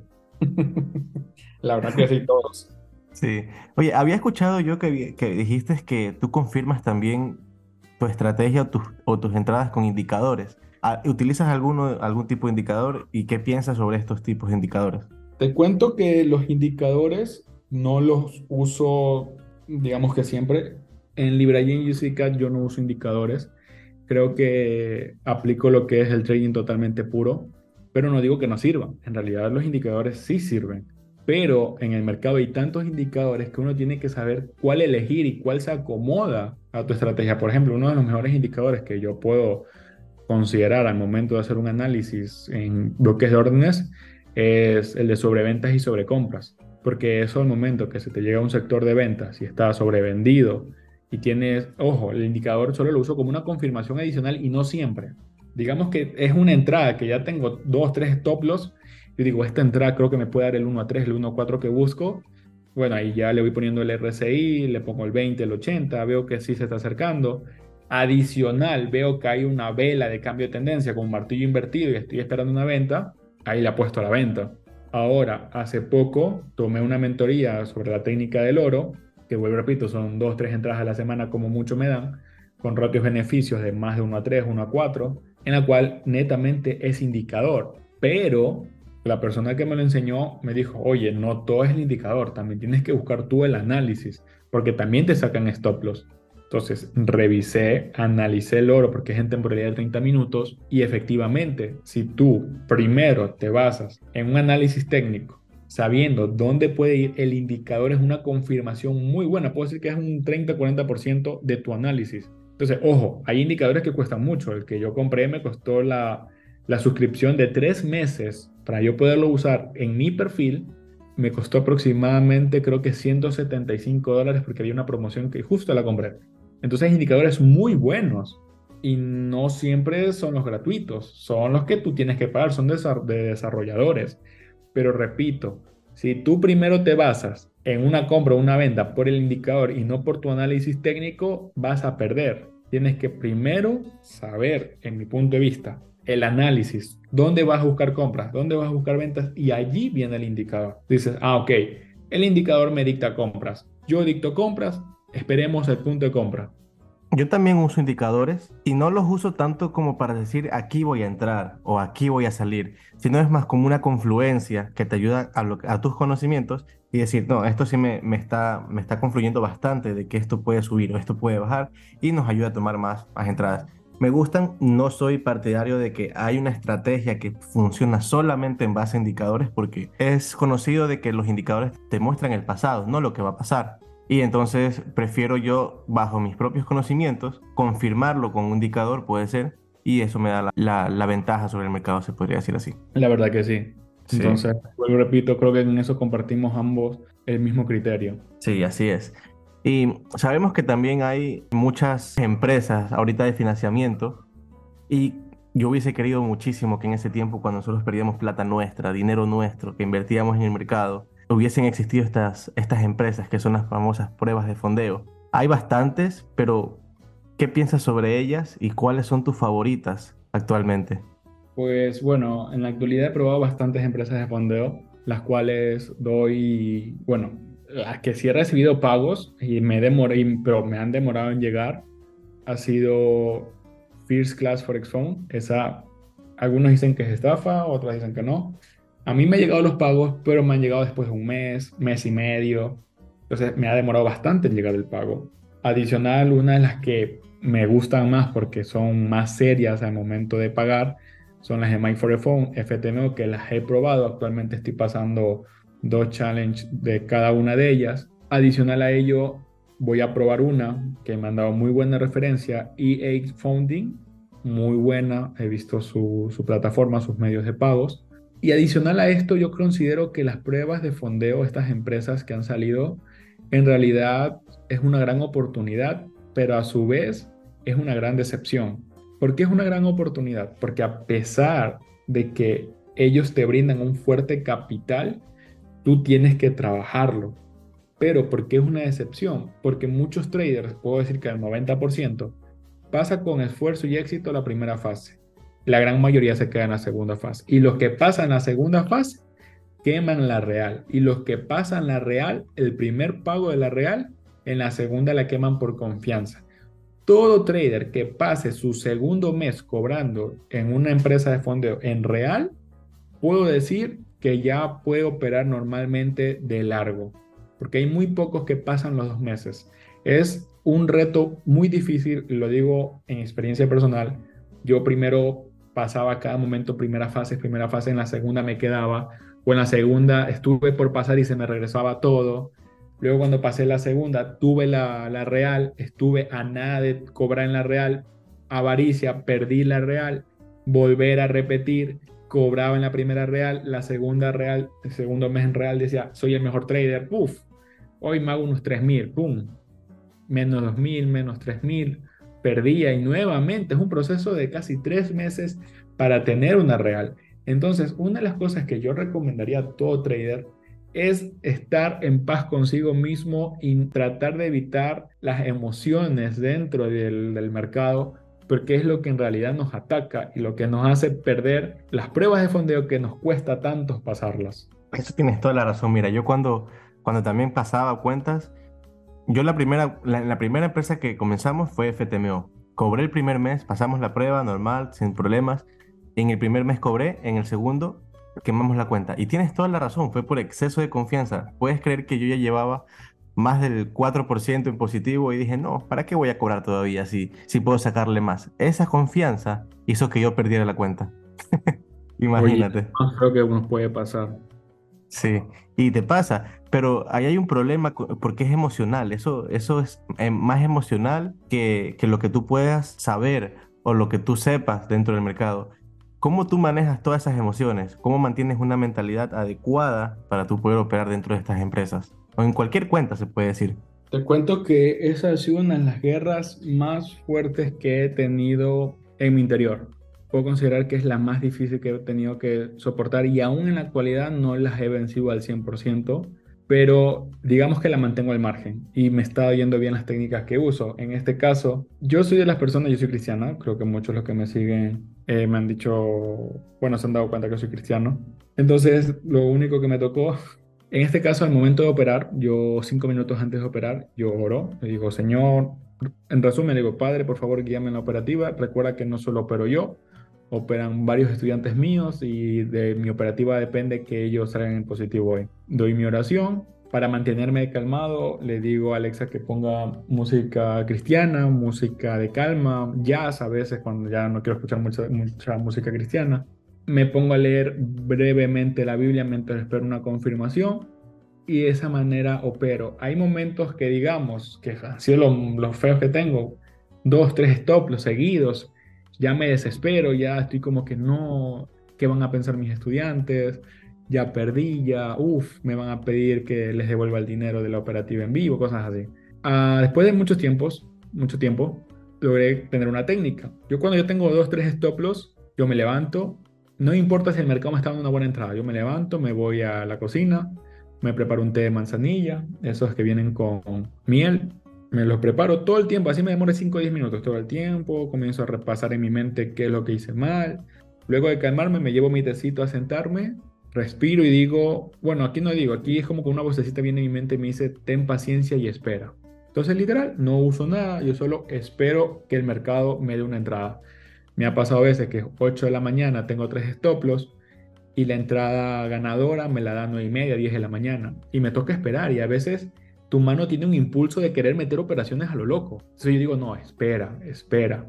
La verdad que sí, todos. Sí. Oye, había escuchado yo que, vi- que dijiste que tú confirmas también tu estrategia o tus, o tus entradas con indicadores. Ah, ¿utilizas alguno, algún tipo de indicador y qué piensas sobre estos tipos de indicadores? Te cuento que los indicadores no los uso, digamos que siempre. En Libra y en U C Cat yo no uso indicadores. Creo que aplico lo que es el trading totalmente puro, pero no digo que no sirvan. En realidad los indicadores sí sirven, pero en el mercado hay tantos indicadores que uno tiene que saber cuál elegir y cuál se acomoda a tu estrategia. Por ejemplo, uno de los mejores indicadores que yo puedo considerar al momento de hacer un análisis en bloques de órdenes es el de sobreventas y sobrecompras, porque eso al momento que se te llega a un sector de ventas y está sobrevendido y tienes, ojo, el indicador solo lo uso como una confirmación adicional y no siempre. Digamos que es una entrada que ya tengo dos, tres stop loss. Yo digo, esta entrada creo que me puede dar el uno a tres, el uno a cuatro que busco. Bueno, ahí ya le voy poniendo el R S I, le pongo el veinte, el ochenta, veo que sí se está acercando. Adicional, veo que hay una vela de cambio de tendencia con un martillo invertido y estoy esperando una venta. Ahí la he puesto a la venta. Ahora, hace poco tomé una mentoría sobre la técnica del oro, que vuelvo, repito, son dos, tres entradas a la semana como mucho me dan, con ratios beneficios de más de uno a tres, uno a cuatro, en la cual netamente es indicador. Pero la persona que me lo enseñó me dijo, oye, no todo es el indicador, también tienes que buscar tú el análisis, porque también te sacan stop loss. Entonces, revisé, analicé el oro porque es en temporalidad de treinta minutos y efectivamente, si tú primero te basas en un análisis técnico, sabiendo dónde puede ir, el indicador es una confirmación muy buena. Puedo decir que es un treinta-cuarenta por ciento de tu análisis. Entonces, ojo, hay indicadores que cuestan mucho. El que yo compré me costó la, la suscripción de tres meses para yo poderlo usar en mi perfil. Me costó aproximadamente, creo que ciento setenta y cinco dólares porque había una promoción que justo la compré. Entonces hay indicadores muy buenos y no siempre son los gratuitos, son los que tú tienes que pagar, son de, de desarrolladores. Pero repito, si tú primero te basas en una compra o una venta por el indicador y no por tu análisis técnico, vas a perder. Tienes que primero saber, en mi punto de vista, el análisis, dónde vas a buscar compras, dónde vas a buscar ventas y allí viene el indicador. Dices, ah, ok, el indicador me dicta compras, yo dicto compras, esperemos el punto de compra. Yo también uso indicadores y no los uso tanto como para decir aquí voy a entrar o aquí voy a salir, sino es más como una confluencia que te ayuda a, lo- a tus conocimientos y decir, no, esto sí me, me está, me está confluyendo bastante de que esto puede subir o esto puede bajar y nos ayuda a tomar más, más entradas. Me gustan, no soy partidario de que hay una estrategia que funciona solamente en base a indicadores porque es conocido de que los indicadores te muestran el pasado, no lo que va a pasar. Y entonces prefiero yo, bajo mis propios conocimientos, confirmarlo con un indicador, puede ser, y eso me da la, la- la ventaja sobre el mercado, se podría decir así. La verdad que sí. Sí, Entonces, vuelvo y repito, creo que en eso compartimos ambos el mismo criterio. sí, así es. Y sabemos que también hay muchas empresas ahorita de financiamiento y yo hubiese querido muchísimo que en ese tiempo, cuando nosotros perdíamos plata nuestra, dinero nuestro, que invertíamos en el mercado, hubiesen existido estas, estas empresas que son las famosas pruebas de fondeo. Hay bastantes, pero ¿qué piensas sobre ellas y cuáles son tus favoritas actualmente? Pues bueno, en la actualidad he probado bastantes empresas de fondeo, las cuales doy, bueno, las que sí he recibido pagos y me demoré, pero me han demorado en llegar, ha sido First Class Forex Phone. Esa, algunos dicen que es estafa, otros dicen que no. A mí me han llegado los pagos, pero me han llegado después de un mes, mes y medio. Entonces me ha demorado bastante en llegar el pago. Adicional, una de las que me gustan más porque son más serias al momento de pagar son las de My For a Phone, F T M O, que las he probado. Actualmente estoy pasando dos challenges de cada una de ellas. Adicional a ello, voy a probar una que me han dado muy buena referencia, E ocho Founding, muy buena, he visto su, su plataforma, sus medios de pagos. Y adicional a esto, yo considero que las pruebas de fondeo, estas empresas que han salido, en realidad es una gran oportunidad, pero a su vez es una gran decepción. ¿Por qué es una gran oportunidad? Porque a pesar de que ellos te brindan un fuerte capital, tú tienes que trabajarlo. Pero ¿por qué es una decepción? Porque muchos traders, puedo decir que el noventa por ciento, pasa con esfuerzo y éxito la primera fase. La gran mayoría se queda en la segunda fase. Y los que pasan la segunda fase queman la real. Y los que pasan la real, el primer pago de la real, en la segunda la queman por confianza. Todo trader que pase su segundo mes cobrando en una empresa de fondeo en real, puedo decir que ya puede operar normalmente de largo, porque hay muy pocos que pasan los dos meses. Es un reto muy difícil, lo digo en experiencia personal. Yo primero pasaba cada momento primera fase, primera fase, en la segunda me quedaba, o en la segunda estuve por pasar y se me regresaba todo. Luego cuando pasé la segunda, tuve la, la real, estuve a nada de cobrar en la real, avaricia, perdí la real, volver a repetir, cobraba en la primera real, la segunda real, el segundo mes en real decía, soy el mejor trader, puf, hoy me hago unos tres mil, pum, menos dos mil, menos tres mil, perdía y nuevamente es un proceso de casi tres meses para tener una real. Entonces, una de las cosas que yo recomendaría a todo trader es estar en paz consigo mismo y tratar de evitar las emociones dentro del, del mercado, porque es lo que en realidad nos ataca y lo que nos hace perder las pruebas de fondeo que nos cuesta tanto pasarlas. Eso tienes toda la razón. Mira, yo cuando, cuando también pasaba cuentas, yo la primera, la, la primera empresa que comenzamos fue F T M O. Cobré el primer mes, pasamos la prueba normal, sin problemas. En el primer mes cobré, en el segundo quemamos la cuenta. Y tienes toda la razón, fue por exceso de confianza. Puedes creer que yo ya llevaba más del cuatro por ciento en positivo y dije, no, ¿para qué voy a cobrar todavía si, si puedo sacarle más? Esa confianza hizo que yo perdiera la cuenta. Oye, Imagínate. no creo que nos puede pasar. Sí, y te pasa, pero ahí hay un problema co- porque es emocional, eso, eso es eh, más emocional que, que lo que tú puedas saber o lo que tú sepas dentro del mercado. ¿Cómo tú manejas todas esas emociones? ¿Cómo mantienes una mentalidad adecuada para tú poder operar dentro de estas empresas? O en cualquier cuenta se puede decir. Te cuento que esa ha sido una de las guerras más fuertes que he tenido en mi interior. Puedo considerar que es la más difícil que he tenido que soportar y aún en la actualidad no las he vencido al cien por ciento, pero digamos que la mantengo al margen y me está yendo bien las técnicas que uso. En este caso, yo soy de las personas, yo soy cristiana, creo que muchos de los que me siguen eh, me han dicho, bueno, se han dado cuenta que soy cristiano. Entonces, lo único que me tocó en este caso, al momento de operar, yo cinco minutos antes de operar, yo oro, le digo, Señor, en resumen, le digo, Padre, por favor, guíame en la operativa. Recuerda que no solo opero yo, operan varios estudiantes míos y de mi operativa depende que ellos salgan en positivo hoy. Doy mi oración. Para mantenerme calmado, le digo a Alexa que ponga música cristiana, música de calma, jazz a veces cuando ya no quiero escuchar mucha, mucha música cristiana. Me pongo a leer brevemente la Biblia mientras espero una confirmación y de esa manera opero. Hay momentos que digamos que han sido los, los feos que tengo, dos, tres stop los seguidos, ya me desespero, ya estoy como que no, ¿qué van a pensar mis estudiantes? Ya perdí, ya, uff, me van a pedir que les devuelva el dinero de la operativa en vivo, cosas así. Ah, después de muchos tiempos, mucho tiempo, logré tener una técnica. Yo cuando yo tengo dos, tres stop loss, yo me levanto, no importa si el mercado me está dando una buena entrada, yo me levanto, me voy a la cocina, me preparo un té de manzanilla, esos que vienen con miel, me los preparo todo el tiempo, así me demore cinco o diez minutos todo el tiempo, comienzo a repasar en mi mente qué es lo que hice mal, luego de calmarme me llevo mi tecito a sentarme, respiro y digo, bueno, aquí no digo, aquí es como que una vocecita viene en mi mente y me dice, ten paciencia y espera. Entonces, literal, no uso nada, yo solo espero que el mercado me dé una entrada. Me ha pasado a veces que ocho de la mañana tengo tres stop loss y la entrada ganadora me la da nueve y media, diez de la mañana. Y me toca esperar y a veces tu mano tiene un impulso de querer meter operaciones a lo loco. Entonces yo digo, no, espera, espera.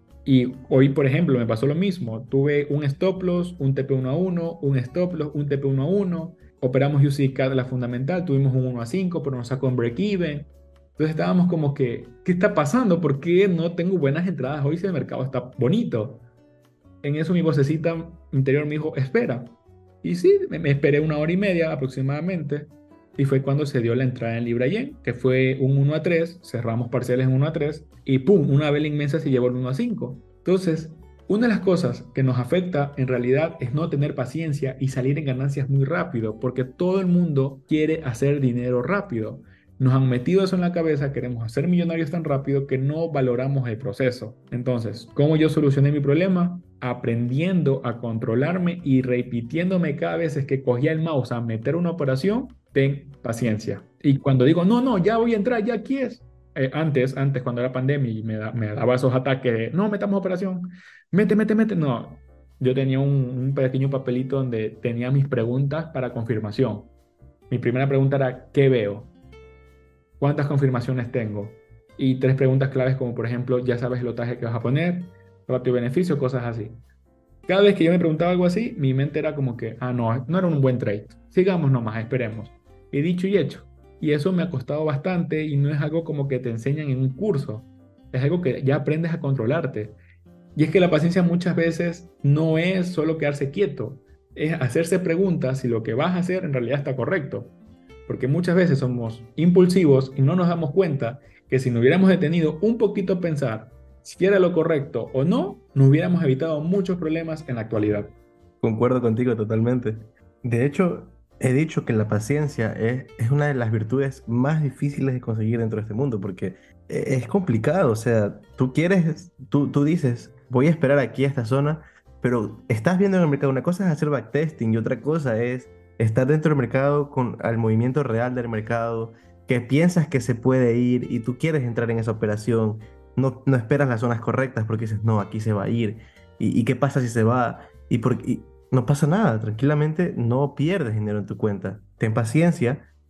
Y hoy, por ejemplo, me pasó lo mismo. Tuve un stop loss, un T P uno a uno, un stop loss, un T P uno a uno. Operamos U C K de la fundamental, tuvimos un uno a cinco, pero nos sacó en break-even. Entonces estábamos como que, ¿qué está pasando? ¿Por qué no tengo buenas entradas hoy si el mercado está bonito? En eso mi vocecita interior me dijo, espera. Y sí, me, me esperé una hora y media aproximadamente. Y fue cuando se dio la entrada en Libra Yen, que fue un uno a tres, cerramos parciales en uno a tres y ¡pum! Una vela inmensa se llevó el uno a cinco. Entonces, una de las cosas que nos afecta en realidad es no tener paciencia y salir en ganancias muy rápido, porque todo el mundo quiere hacer dinero rápido. Nos han metido eso en la cabeza, queremos hacer millonarios tan rápido que no valoramos el proceso. Entonces, ¿cómo yo solucioné mi problema? Aprendiendo a controlarme y repitiéndome cada vez que cogía el mouse a meter una operación, ten paciencia. Y cuando digo, no, no, ya voy a entrar, ya aquí es. Eh, antes, antes, cuando era pandemia y me, da, me daba esos ataques de, no, metamos operación, mete, mete, mete. No, yo tenía un, un pequeño papelito donde tenía mis preguntas para confirmación. Mi primera pregunta era, ¿qué veo? ¿Cuántas confirmaciones tengo? Y tres preguntas claves como por ejemplo, ya sabes el lotaje que vas a poner, ratio beneficio, cosas así. Cada vez que yo me preguntaba algo así, mi mente era como que, ah, no, no era un buen trade. Sigamos nomás, esperemos. Y dicho y hecho. Y eso me ha costado bastante y no es algo como que te enseñan en un curso. Es algo que ya aprendes a controlarte. Y es que la paciencia muchas veces no es solo quedarse quieto, es hacerse preguntas si lo que vas a hacer en realidad está correcto. Porque muchas veces somos impulsivos y no nos damos cuenta que si nos hubiéramos detenido un poquito a pensar si era lo correcto o no, nos hubiéramos evitado muchos problemas en la actualidad. Concuerdo contigo totalmente. De hecho, he dicho que la paciencia es, es una de las virtudes más difíciles de conseguir dentro de este mundo, porque e- es complicado. O sea, tú quieres, tú, tú dices, voy a esperar aquí a esta zona, pero estás viendo en el mercado. Una cosa es hacer backtesting y otra cosa es estar dentro del mercado con el movimiento real del mercado, que piensas que se puede ir y tú quieres entrar en esa operación. No, no esperas las zonas correctas porque dices, no, aquí se va a ir. ¿Y, y qué pasa si se va? Y, por, y no pasa nada, tranquilamente no pierdes dinero en tu cuenta. Ten paciencia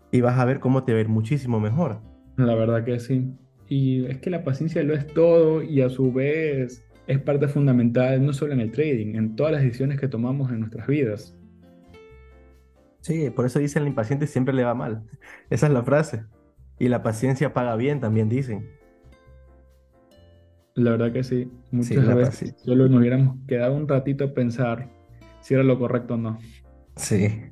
y vas a ver cómo te va a ir muchísimo mejor. La verdad que sí. Y es que la paciencia lo es todo y a su vez es parte fundamental no solo en el trading, en todas las decisiones que tomamos en nuestras vidas. Sí, por eso dicen el impaciente siempre le va mal. Esa es la frase. Y la paciencia paga bien, también dicen. La verdad que sí. Sí, Muchas la veces paciencia. solo nos hubiéramos quedado un ratito a pensar si era lo correcto o no. Sí.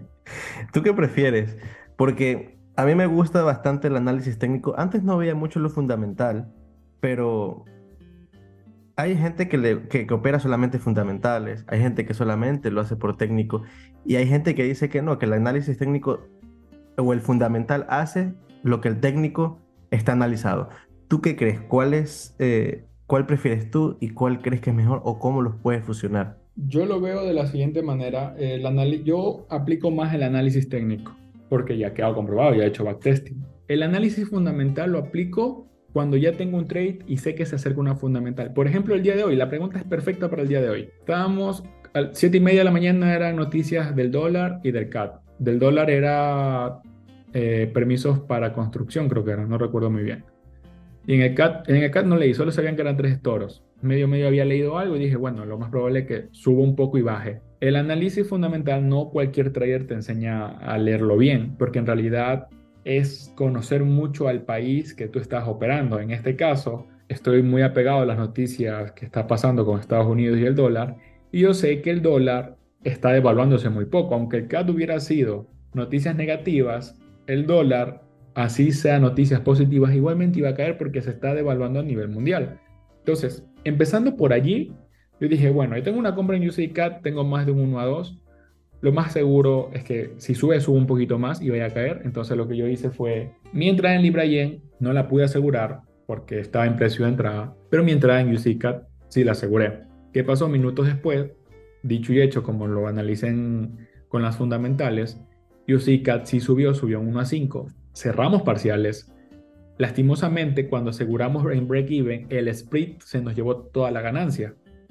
¿Tú qué prefieres? Porque a mí me gusta bastante el análisis técnico. Antes no veía mucho lo fundamental, pero hay gente que, le, que, que opera solamente fundamentales, hay gente que solamente lo hace por técnico y hay gente que dice que no, que el análisis técnico o el fundamental hace lo que el técnico está analizado. ¿Tú qué crees? ¿Cuál es, eh, cuál prefieres tú y cuál crees que es mejor o cómo los puedes fusionar? Yo lo veo de la siguiente manera. El anali- yo aplico más el análisis técnico porque ya ha quedado comprobado, ya he hecho backtesting. El análisis fundamental lo aplico cuando ya tengo un trade y sé que se acerca una fundamental. Por ejemplo, el día de hoy, la pregunta es perfecta para el día de hoy. Estábamos a las siete y media de la mañana, eran noticias del dólar y del C A D. Del dólar era eh, permisos para construcción, creo que era, no recuerdo muy bien. Y en el C A T, en el C A T no leí, solo sabían que eran tres toros. Medio medio había leído algo y dije, bueno, lo más probable es que suba un poco y baje. El análisis fundamental no cualquier trader te enseña a leerlo bien, porque en realidad es conocer mucho al país que tú estás operando. En este caso, estoy muy apegado a las noticias que está pasando con Estados Unidos y el dólar, y yo sé que el dólar está devaluándose muy poco. Aunque el C A T hubiera sido noticias negativas, el dólar, así sean noticias positivas, igualmente iba a caer porque se está devaluando a nivel mundial. Entonces, empezando por allí, yo dije, bueno, yo tengo una compra en U S D C A T, tengo más de un uno a dos. Lo más seguro es que si sube, sube un poquito más y vaya a caer. Entonces, lo que yo hice fue, mi entrada en Libra Yen no la pude asegurar porque estaba en precio de entrada, pero mi entrada en U S D C A T sí la aseguré. ¿Qué pasó? Minutos después, dicho y hecho, como lo analicen con las fundamentales, U S D C A T sí subió, subió un uno a cinco. Cerramos parciales. Lastimosamente, cuando aseguramos en break-even, el split se nos llevó toda la ganancia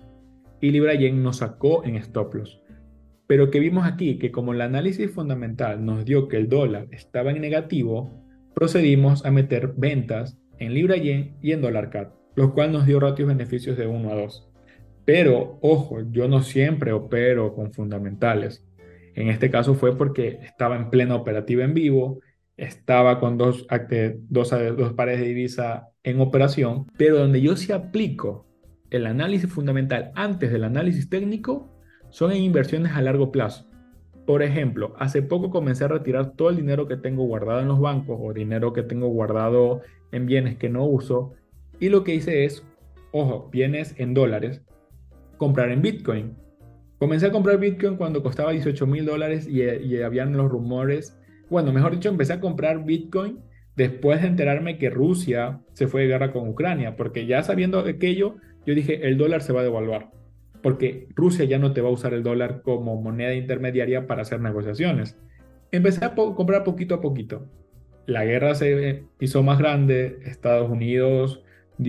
y Libra Yen nos sacó en stop loss. Pero que vimos aquí que como el análisis fundamental nos dio que el dólar estaba en negativo, procedimos a meter ventas en Libra Yen y en dólar C A D, lo cual nos dio ratios beneficios de uno a dos. Pero, ojo, yo no siempre opero con fundamentales. En este caso fue porque estaba en plena operativa en vivo, estaba con dos, dos, dos pares de divisa en operación, pero donde yo sí aplico el análisis fundamental antes del análisis técnico son en inversiones a largo plazo. Por ejemplo, hace poco comencé a retirar todo el dinero que tengo guardado en los bancos o dinero que tengo guardado en bienes que no uso y lo que hice es, ojo, bienes en dólares, comprar en Bitcoin. Comencé a comprar Bitcoin cuando costaba dieciocho mil dólares y, y habían los rumores. Bueno, mejor dicho, empecé a comprar Bitcoin después de enterarme que Rusia se fue de guerra con Ucrania, porque ya sabiendo aquello, yo dije, el dólar se va a devaluar, porque Rusia ya no te va a usar el dólar como moneda intermediaria para hacer negociaciones. Empecé a po comprar poquito a poquito. La guerra se hizo más grande, Estados Unidos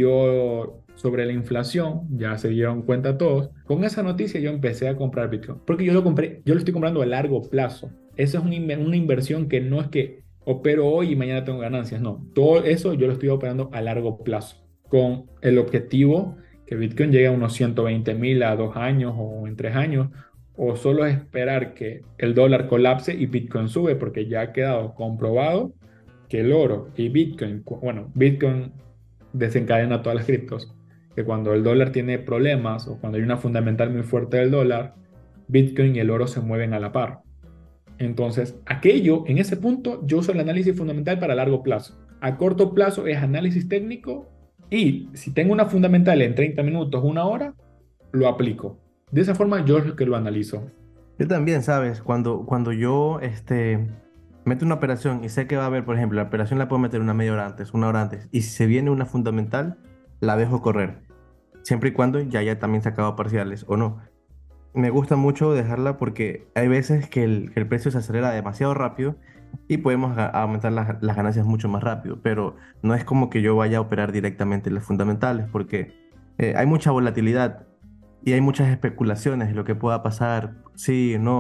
dio sobre la inflación, ya se dieron cuenta todos. Con esa noticia yo empecé a comprar Bitcoin, porque yo lo compré, yo lo estoy comprando a largo plazo. Esa es una, una inversión que no es que opero hoy y mañana tengo ganancias, no. Todo eso yo lo estoy operando a largo plazo, con el objetivo que Bitcoin llegue a unos ciento veinte mil a dos años o en tres años, o solo esperar que el dólar colapse y Bitcoin sube, porque ya ha quedado comprobado que el oro y Bitcoin, bueno, Bitcoin desencadena todas las criptos, que cuando el dólar tiene problemas o cuando hay una fundamental muy fuerte del dólar, Bitcoin y el oro se mueven a la par. Entonces, aquello, en ese punto, yo uso el análisis fundamental para largo plazo. A corto plazo es análisis técnico y si tengo una fundamental en treinta minutos, una hora, lo aplico. De esa forma yo es lo que lo analizo. Yo también, ¿sabes? Cuando, cuando yo este, meto una operación y sé que va a haber, por ejemplo, la operación la puedo meter una media hora antes, una hora antes, y si se viene una fundamental, la dejo correr, siempre y cuando ya haya también sacado parciales o no. Me gusta mucho dejarla porque hay veces que el, que el precio se acelera demasiado rápido y podemos ga- aumentar las, las ganancias mucho más rápido, pero no es como que yo vaya a operar directamente en las fundamentales porque eh, hay mucha volatilidad y hay muchas especulaciones de lo que pueda pasar, sí, no.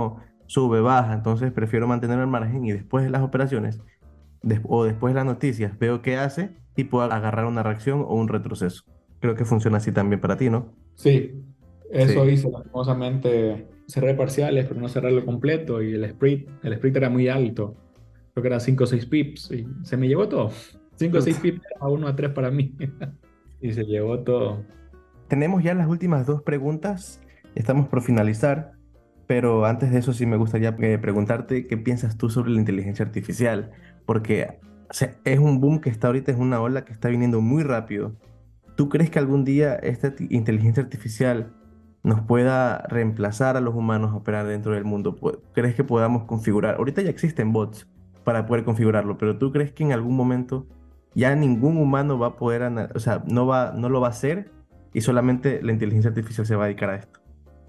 sube, baja, entonces prefiero mantener el margen y después de las operaciones des- o después de las noticias veo qué hace y puedo agarrar una reacción o un retroceso. Creo que funciona así también para ti, ¿no? Sí, eso Sí. hice lastimosamente. Cerré parciales, pero no cerré lo completo y el split, el split era muy alto. Creo que eran cinco o seis pips y se me llevó todo. Cinco o seis Ut. pips a uno a tres para mí y se llevó todo. Tenemos ya las últimas dos preguntas, estamos por finalizar, pero antes de eso sí me gustaría eh, preguntarte qué piensas tú sobre la inteligencia artificial, porque o sea, es un boom que está ahorita, es una ola que está viniendo muy rápido. ¿Tú crees que algún día esta ti- inteligencia artificial nos pueda reemplazar a los humanos a operar dentro del mundo? Pu- ¿Crees que podamos configurar? Ahorita ya existen bots para poder configurarlo, pero ¿tú crees que en algún momento ya ningún humano va a poder, ana- o sea, no va, no lo va a hacer y solamente la inteligencia artificial se va a dedicar a esto?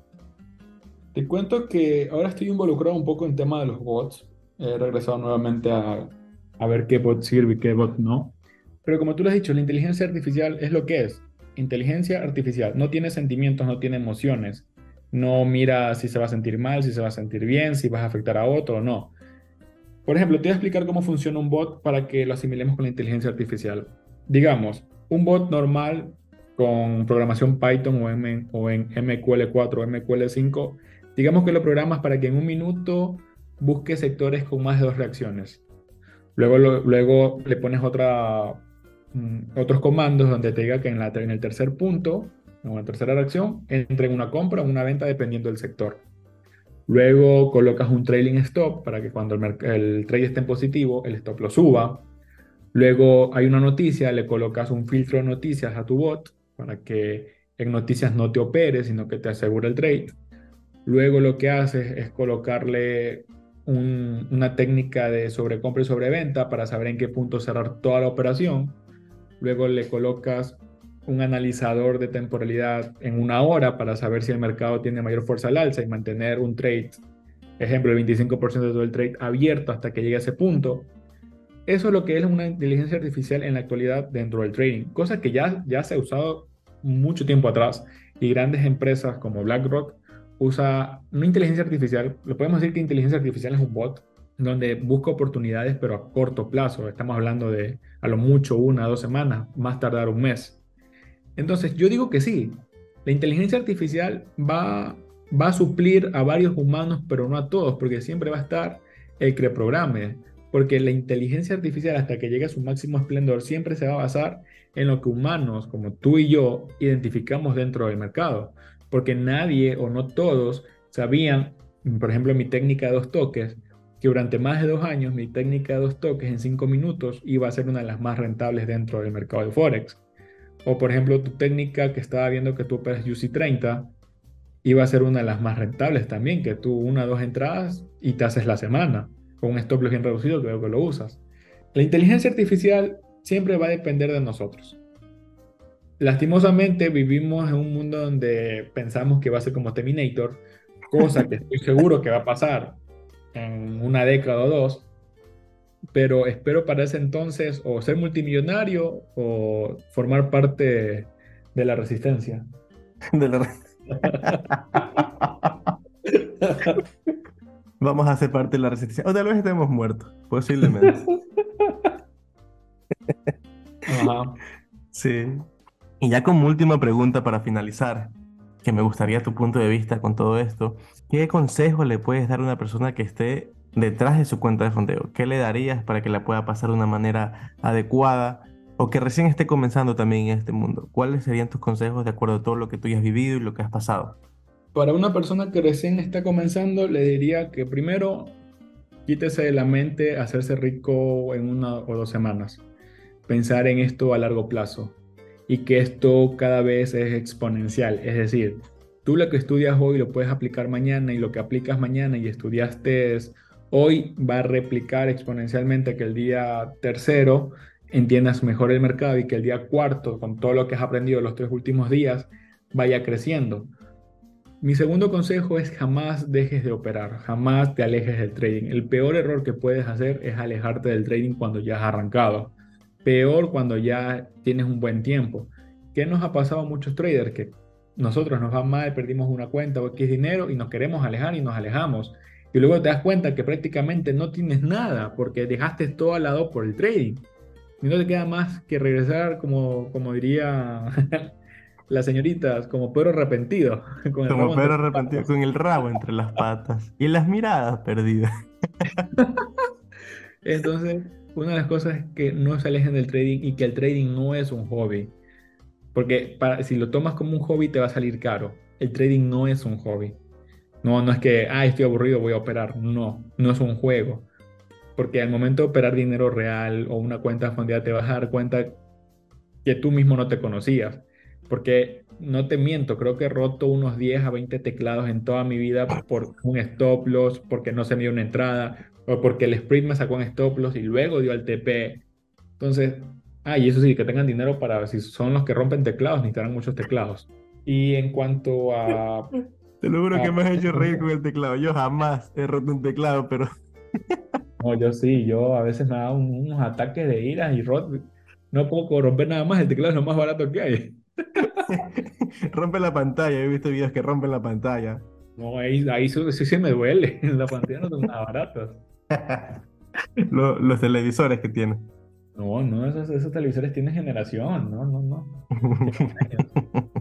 Te cuento que ahora estoy involucrado un poco en tema de los bots. He regresado nuevamente a, a ver qué bot sirve y qué bot no. Pero como tú lo has dicho, la inteligencia artificial es lo que es. Inteligencia artificial. No tiene sentimientos, no tiene emociones. No mira si se va a sentir mal, si se va a sentir bien, si vas a afectar a otro o no. Por ejemplo, te voy a explicar cómo funciona un bot para que lo asimilemos con la inteligencia artificial. Digamos, un bot normal con programación Python o, M, o en M Q L cuatro o M Q L cinco, digamos que lo programas para que en un minuto busque sectores con más de dos reacciones. Luego, lo- luego le pones otra, mm, otros comandos donde te diga que en, la, en el tercer punto, o en la tercera reacción, entre en una compra o una venta dependiendo del sector. Luego colocas un trailing stop para que cuando el, merc- el trade esté en positivo, el stop lo suba. Luego hay una noticia, le colocas un filtro de noticias a tu bot para que en noticias no te opere, sino que te asegure el trade. Luego lo que haces es colocarle un- una técnica de sobrecompra y sobreventa para saber en qué punto cerrar toda la operación. Luego le colocas un analizador de temporalidad en una hora para saber si el mercado tiene mayor fuerza al alza y mantener un trade, ejemplo, el veinticinco por ciento de todo el trade abierto hasta que llegue a ese punto. Eso es lo que es una inteligencia artificial en la actualidad dentro del trading, cosa que ya, ya se ha usado mucho tiempo atrás y grandes empresas como BlackRock usa una inteligencia artificial, lo podemos decir que inteligencia artificial es un bot donde busca oportunidades pero a corto plazo, estamos hablando de a lo mucho una, dos semanas, más tardar un mes. Entonces yo digo que sí, la inteligencia artificial va, va a suplir a varios humanos pero no a todos, porque siempre va a estar el que programe. Porque la inteligencia artificial, hasta que llegue a su máximo esplendor, siempre se va a basar en lo que humanos, como tú y yo, identificamos dentro del mercado. Porque nadie o no todos sabían, por ejemplo, mi técnica de dos toques, que durante más de dos años mi técnica de dos toques en cinco minutos iba a ser una de las más rentables dentro del mercado de Forex. O por ejemplo, tu técnica que estaba viendo que tú operas U C treinta iba a ser una de las más rentables también, que tú una o dos entradas y te haces la semana con un stop loss bien reducido, creo que lo usas. La inteligencia artificial siempre va a depender de nosotros. Lastimosamente vivimos en un mundo donde pensamos que va a ser como Terminator, cosa que estoy seguro que va a pasar en una década o dos, pero espero para ese entonces o ser multimillonario o formar parte de la resistencia. De la- Vamos a hacer parte de la resistencia. O tal vez estemos muertos, posiblemente. Ajá. Sí. Y ya como última pregunta para finalizar, que me gustaría tu punto de vista con todo esto, ¿qué consejo le puedes dar a una persona que esté detrás de su cuenta de fondeo? ¿Qué le darías para que la pueda pasar de una manera adecuada o que recién esté comenzando también en este mundo? ¿Cuáles serían tus consejos de acuerdo a todo lo que tú ya has vivido y lo que has pasado? Para una persona que recién está comenzando, le diría que primero quítese de la mente hacerse rico en una o dos semanas. Pensar en esto a largo plazo y que esto cada vez es exponencial. Es decir, tú lo que estudias hoy lo puedes aplicar mañana y lo que aplicas mañana y estudiaste hoy va a replicar exponencialmente que el día tercero entiendas mejor el mercado y que el día cuarto, con todo lo que has aprendido los tres últimos días, vaya creciendo. Mi segundo consejo es jamás dejes de operar, jamás te alejes del trading. El peor error que puedes hacer es alejarte del trading cuando ya has arrancado. Peor cuando ya tienes un buen tiempo. ¿Qué nos ha pasado a muchos traders? Que nosotros nos va mal, perdimos una cuenta o X dinero y nos queremos alejar y nos alejamos. Y luego te das cuenta que prácticamente no tienes nada porque dejaste todo al lado por el trading. Y no te queda más que regresar, como, como diría las señoritas, como perro arrepentido, con el Como rabo entre perro las arrepentido, patas. con el rabo entre las patas y las miradas perdidas. Entonces, una de las cosas es que no se alejen del trading y que el trading no es un hobby. Porque para, si lo tomas como un hobby te va a salir caro. El trading no es un hobby. No, no es que, ah, estoy aburrido, voy a operar. No, no es un juego. Porque al momento de operar dinero real o una cuenta fondeada te vas a dar cuenta que tú mismo no te conocías. Porque no te miento, creo que he roto unos diez a veinte teclados en toda mi vida por un stop loss, porque no se me dio una entrada, o porque el sprint me sacó un stop loss y luego dio al T P. Entonces, ah, y eso sí, que tengan dinero para, si son los que rompen teclados, necesitarán muchos teclados. Y en cuanto a, Te lo juro que a me has hecho reír con el teclado. Yo jamás he roto un teclado, pero no, yo sí, yo a veces me da un- unos ataques de ira y rot- no puedo romper nada más, el teclado es lo más barato que hay. rompe la pantalla. He visto videos que rompen la pantalla. No, ahí, ahí sí, sí se me duele, la pantalla no son nada baratas. Lo- los televisores que tiene. No, no, esos, esos televisores tienen generación, no, no, no. Tienen años.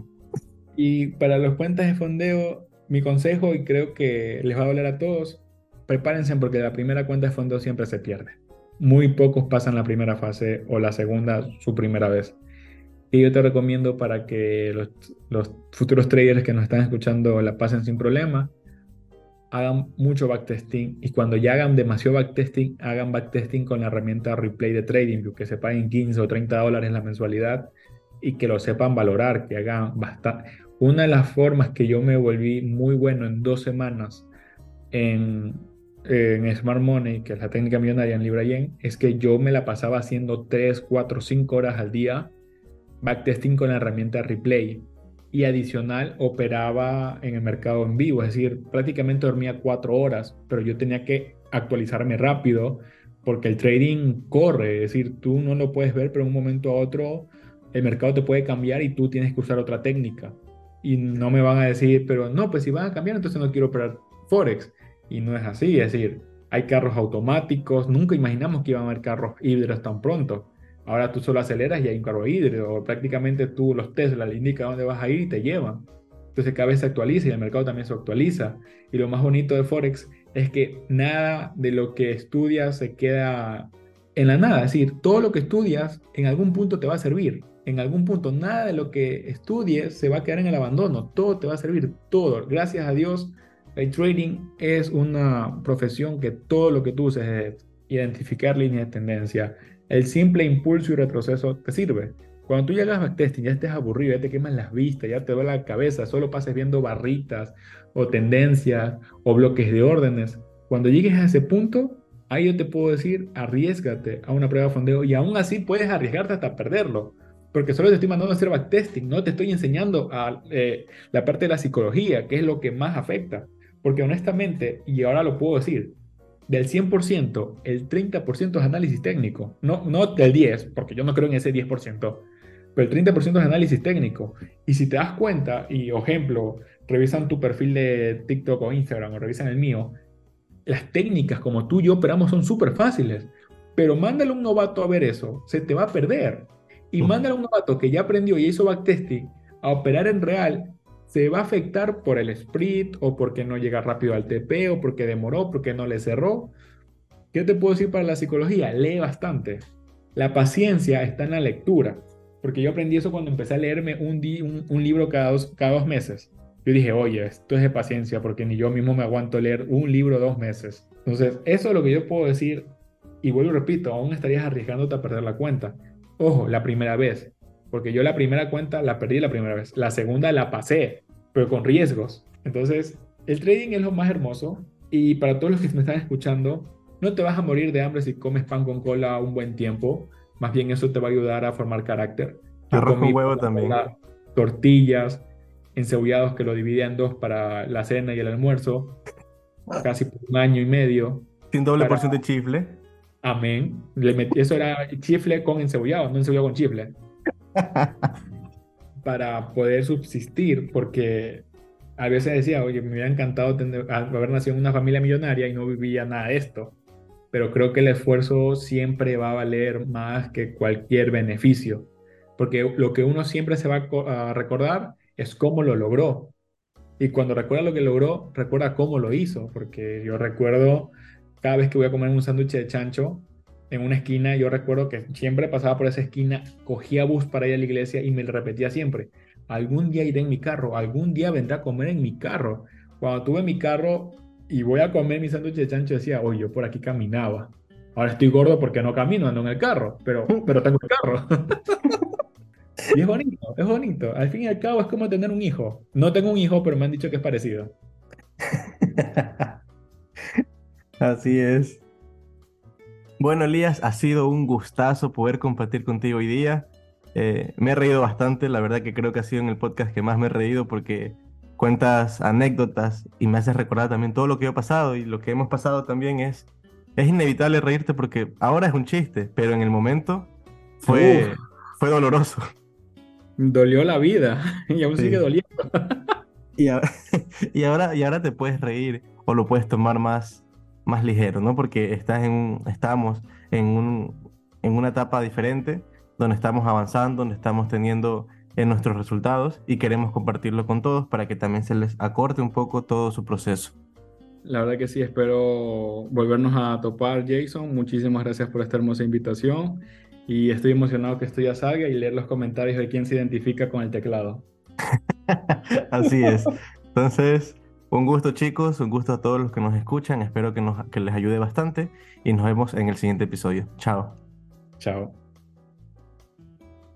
Y para los cuentas de fondeo, mi consejo, y creo que les va a doler a todos, prepárense porque la primera cuenta de fondeo siempre se pierde. Muy pocos pasan la primera fase o la segunda su primera vez. Y yo te recomiendo para que los, los futuros traders que nos están escuchando la pasen sin problema, hagan mucho backtesting y cuando ya hagan demasiado backtesting, hagan backtesting con la herramienta Replay de TradingView, que se paguen quince o treinta dólares la mensualidad y que lo sepan valorar, que hagan bastante. Una de las formas que yo me volví muy bueno en dos semanas en, en Smart Money, que es la técnica millonaria en Libra Yen, es que yo me la pasaba haciendo tres cuatro cinco horas al día backtesting con la herramienta Replay y adicional operaba en el mercado en vivo, es decir, prácticamente dormía cuatro horas, pero yo tenía que actualizarme rápido porque el trading corre, es decir, tú no lo puedes ver, pero en un momento a otro el mercado te puede cambiar y tú tienes que usar otra técnica. Y no me van a decir, pero no, pues si van a cambiar, entonces no quiero operar Forex. Y no es así, es decir, hay carros automáticos, nunca imaginamos que iban a haber carros híbridos tan pronto. Ahora tú solo aceleras y hay un carro híbrido, o prácticamente tú los Tesla le indican dónde vas a ir y te llevan. Entonces cada vez se actualiza y el mercado también se actualiza. Y lo más bonito de Forex es que nada de lo que estudias se queda en la nada. Es decir, todo lo que estudias en algún punto te va a servir. En algún punto, nada de lo que estudies se va a quedar en el abandono. Todo te va a servir, todo. Gracias a Dios, el trading es una profesión que todo lo que tú uses es identificar líneas de tendencia, el simple impulso y retroceso te sirve. Cuando tú llegas a backtesting, ya estés aburrido, ya te queman las vistas, ya te duele la cabeza, solo pases viendo barritas o tendencias o bloques de órdenes. Cuando llegues a ese punto, ahí yo te puedo decir, arriesgate a una prueba de fondeo y aún así puedes arriesgarte hasta perderlo. Porque solo te estoy mandando a hacer backtesting, no te estoy enseñando a, eh, la parte de la psicología, que es lo que más afecta. Porque honestamente, y ahora lo puedo decir, del cien por ciento, el treinta por ciento es análisis técnico. No, no del diez, porque yo no creo en ese diez por ciento, pero el treinta por ciento es análisis técnico. Y si te das cuenta, y ejemplo, revisan tu perfil de TikTok o Instagram o revisan el mío, las técnicas como tú y yo operamos son súper fáciles. Pero mándale a un novato a ver eso, se te va a perder. Y mándale a un novato que ya aprendió y hizo backtesting a operar en real, se va a afectar por el split o porque no llega rápido al T P o porque demoró, porque no le cerró. ¿Qué te puedo decir para la psicología? Lee bastante. La paciencia está en la lectura, porque yo aprendí eso cuando empecé a leerme un, di- un, un libro cada dos, cada dos meses. Yo dije, oye, esto es de paciencia, porque ni yo mismo me aguanto leer un libro dos meses. Entonces, eso es lo que yo puedo decir, y vuelvo y repito, aún estarías arriesgándote a perder la cuenta. Ojo, la primera vez, porque yo la primera cuenta la perdí la primera vez, la segunda la pasé, pero con riesgos. Entonces, el trading es lo más hermoso, y para todos los que me están escuchando, no te vas a morir de hambre si comes pan con cola un buen tiempo. Más bien eso te va a ayudar a formar carácter. Yo Arroz con comí huevo por la también. cola tortillas, encebollados que lo dividía en dos para la cena y el almuerzo, casi por un año y medio. Sin doble Para, porción de chifle. amén. Le metí, eso era chifle con encebollado, no encebollado con chifle, para poder subsistir, porque a veces decía, oye, me hubiera encantado tener, haber nacido en una familia millonaria y no vivía nada de esto. Pero creo que el esfuerzo siempre va a valer más que cualquier beneficio, porque lo que uno siempre se va a, co- a recordar es cómo lo logró. Y cuando recuerda lo que logró, recuerda cómo lo hizo, porque yo recuerdo cada vez que voy a comer un sándwich de chancho en una esquina, yo recuerdo que siempre pasaba por esa esquina, cogía bus para ir a la iglesia y me lo repetía siempre. Algún día iré en mi carro, algún día vendré a comer en mi carro. Cuando tuve mi carro y voy a comer mi sándwich de chancho, decía, oye, yo por aquí caminaba. Ahora estoy gordo porque no camino, ando en el carro, pero, pero tengo el carro. Y es bonito, es bonito. Al fin y al cabo es como tener un hijo. No tengo un hijo, pero me han dicho que es parecido. Así es. Bueno, Elías, ha sido un gustazo poder compartir contigo hoy día. Eh, me he reído bastante, la verdad que creo que ha sido en el podcast que más me he reído porque cuentas anécdotas y me haces recordar también todo lo que yo he pasado y lo que hemos pasado también es, es inevitable reírte porque ahora es un chiste, pero en el momento Uf, fue, fue doloroso. dolió la vida y aún sigue Sí. doliendo. Y, a- y ahora, y ahora te puedes reír o lo puedes tomar más, más ligero, ¿no? Porque estás en un- estamos en un, en una etapa diferente, donde estamos avanzando, donde estamos teniendo eh, nuestros resultados y queremos compartirlo con todos para que también se les acorte un poco todo su proceso. La verdad que sí, espero volvernos a topar, Jason. Muchísimas gracias por esta hermosa invitación y estoy emocionado que esto ya salga y leer los comentarios de quién se identifica con el teclado. Así es. Entonces, un gusto, chicos, un gusto a todos los que nos escuchan. Espero que nos, que les ayude bastante y nos vemos en el siguiente episodio. Chao. Chao.